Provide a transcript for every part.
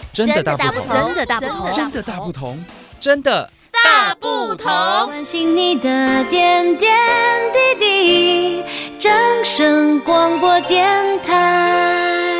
真的大不同， 真的大不同， 真的大不同，真的大不同。 关心你的点点滴滴，掌声广播电台。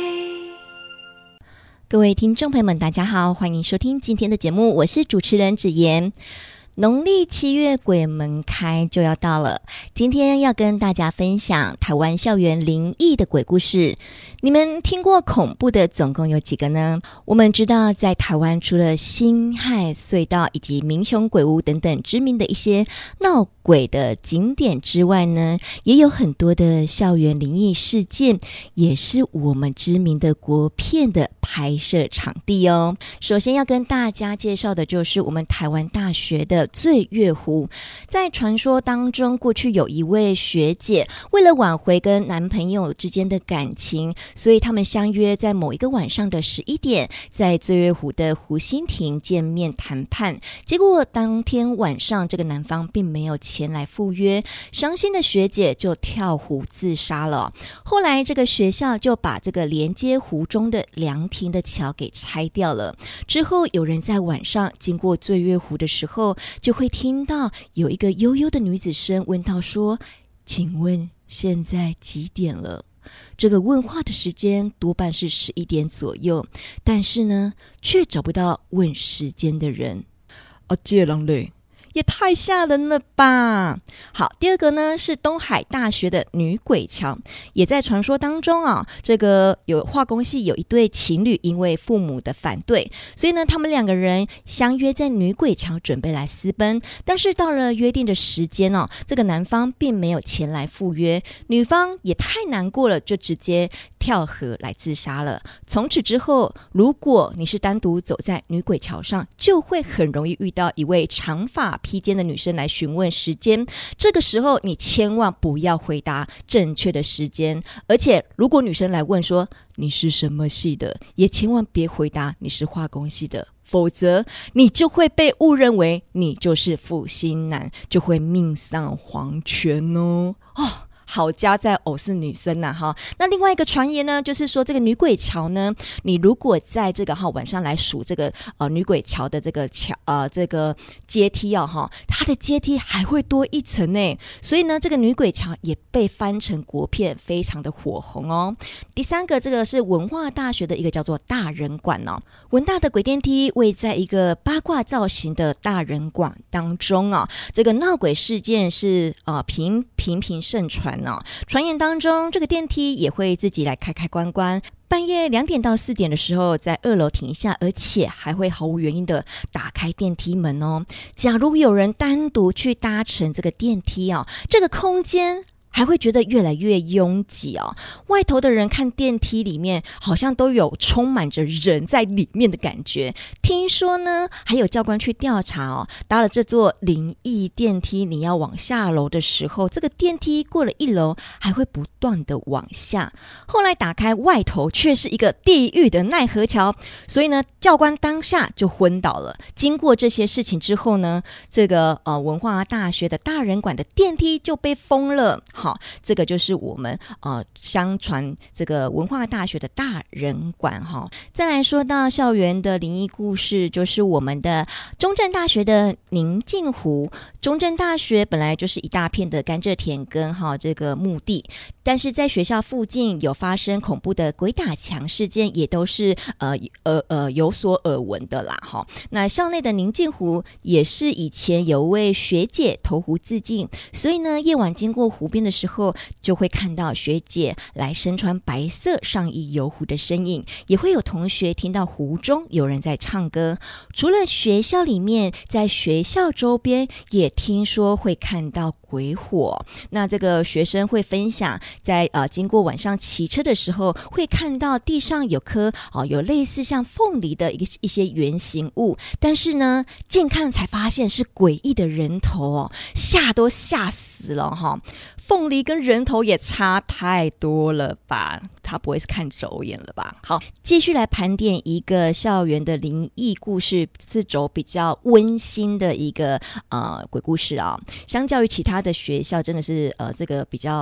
各位听众朋友们大家好，欢迎收听今天的节目，我是主持人芷妍。农历7月鬼门开就要到了，今天要跟大家分享台湾校园灵异的鬼故事。你们听过恐怖的总共有几个呢？我们知道在台湾除了辛亥隧道以及民雄鬼屋等等知名的一些闹鬼的景点之外呢，也有很多的校园灵异事件，也是我们知名的国片的拍摄场地哦。首先要跟大家介绍的就是我们台湾大学的醉月湖。在传说当中，过去有一位学姐为了挽回跟男朋友之间的感情，所以他们相约在某一个晚上的11点，在醉月湖的湖心亭见面谈判。结果当天晚上，这个男方并没有前来赴约，伤心的学姐就跳湖自杀了。后来这个学校就把这个连接湖中的凉亭的桥给拆掉了。之后有人在晚上经过醉月湖的时候，就会听到有一个悠悠的女子声问道说：请问现在几点了？这个问话的时间多半是11点左右，但是呢却找不到问时间的人。这人嘞也太吓人了吧。好，第二个呢是东海大学的女鬼桥，也在传说当中啊，这个有化工系有一对情侣，因为父母的反对，所以呢他们两个人相约在女鬼桥准备来私奔，但是到了约定的时间哦，这个男方并没有前来赴约，女方也太难过了，就直接跳河来自杀了。从此之后，如果你是单独走在女鬼桥上，就会很容易遇到一位长发披肩的女生来询问时间，这个时候你千万不要回答正确的时间，而且如果女生来问说你是什么系的，也千万别回答你是化工系的，否则你就会被误认为你就是负心男，就会命丧黄泉哦。好家在偶是女生呐哈。那另外一个传言呢，就是说这个女鬼桥呢，你如果在这个晚上来数这个女鬼桥的这个这个阶梯哈，它的阶梯还会多一层呢。所以呢，这个女鬼桥也被翻成国片，非常的火红哦。第三个，这个是文化大学的一个叫做大人馆哦。文大的鬼电梯位在一个八卦造型的大人馆当中啊。这个闹鬼事件是频频盛传。传言当中，这个电梯也会自己来开关关，半夜2点到4点的时候在2楼停下，而且还会毫无原因的打开电梯门哦。假如有人单独去搭乘这个电梯这个空间还会觉得越来越拥挤哦。外头的人看电梯里面好像都有充满着人在里面的感觉。听说呢，还有教官去调查搭了这座灵异电梯，你要往下楼的时候，这个电梯过了1楼还会不断的往下。后来打开外头却是一个地狱的奈何桥，所以呢，教官当下就昏倒了。经过这些事情之后呢，这个文化大学的大人馆的电梯就被封了。好，这个就是我们相传这个文化大学的大人馆哈。再来说到校园的灵异故事，就是我们的中正大学的宁静湖。中正大学本来就是一大片的甘蔗田跟这个墓地，但是在学校附近有发生恐怖的鬼打墙事件，也都是有所耳闻的啦哈。那校内的宁静湖也是以前有位学姐投湖自尽，所以呢，夜晚经过湖边的时候，就会看到学姐来身穿白色上衣游湖的身影，也会有同学听到湖中有人在唱歌。除了学校里面，在学校周边也听说会看到鬼火。那这个学生会分享，在经过晚上骑车的时候，会看到地上有颗有类似像凤梨的一些圆形物，但是呢，近看才发现是诡异的人头吓死了哈。凤梨跟人头也差太多了吧，他不会是看走眼了吧。好，继续来盘点一个校园的灵异故事，是走比较温馨的一个鬼故事啊。相较于其他的学校，真的是这个比较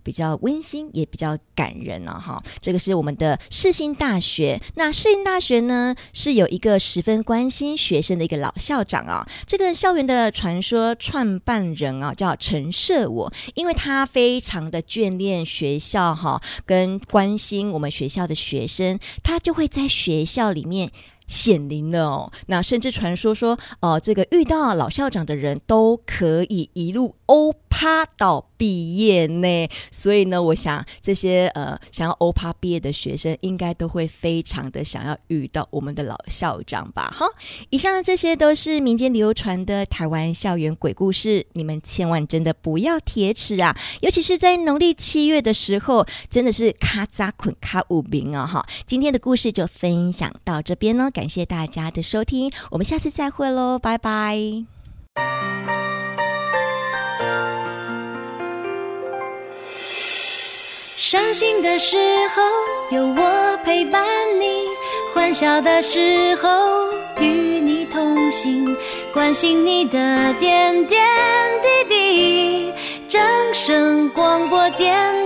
比较温馨，也比较感人哈。这个是我们的世新大学。那世新大学呢，是有一个十分关心学生的一个老校长啊。这个校园的传说创办人啊，叫陈设我，因为他非常的眷恋学校哈，跟关心我们学校的学生，他就会在学校里面显灵了哦。那甚至传说说，这个遇到老校长的人都可以一路欧趴到毕业呢。所以呢，我想这些想要欧趴毕业的学生，应该都会非常的想要遇到我们的老校长吧。好，以上的这些都是民间流传的台湾校园鬼故事，你们千万真的不要铁齿啊！尤其是在农历7月的时候，真的是卡扎捆卡五名啊！哈，今天的故事就分享到这边呢。感谢大家的收听，我们下次再会咯，拜拜。 伤心的时候有我陪伴你，欢笑的时候与你同行，关心你的点点滴滴。正声广播电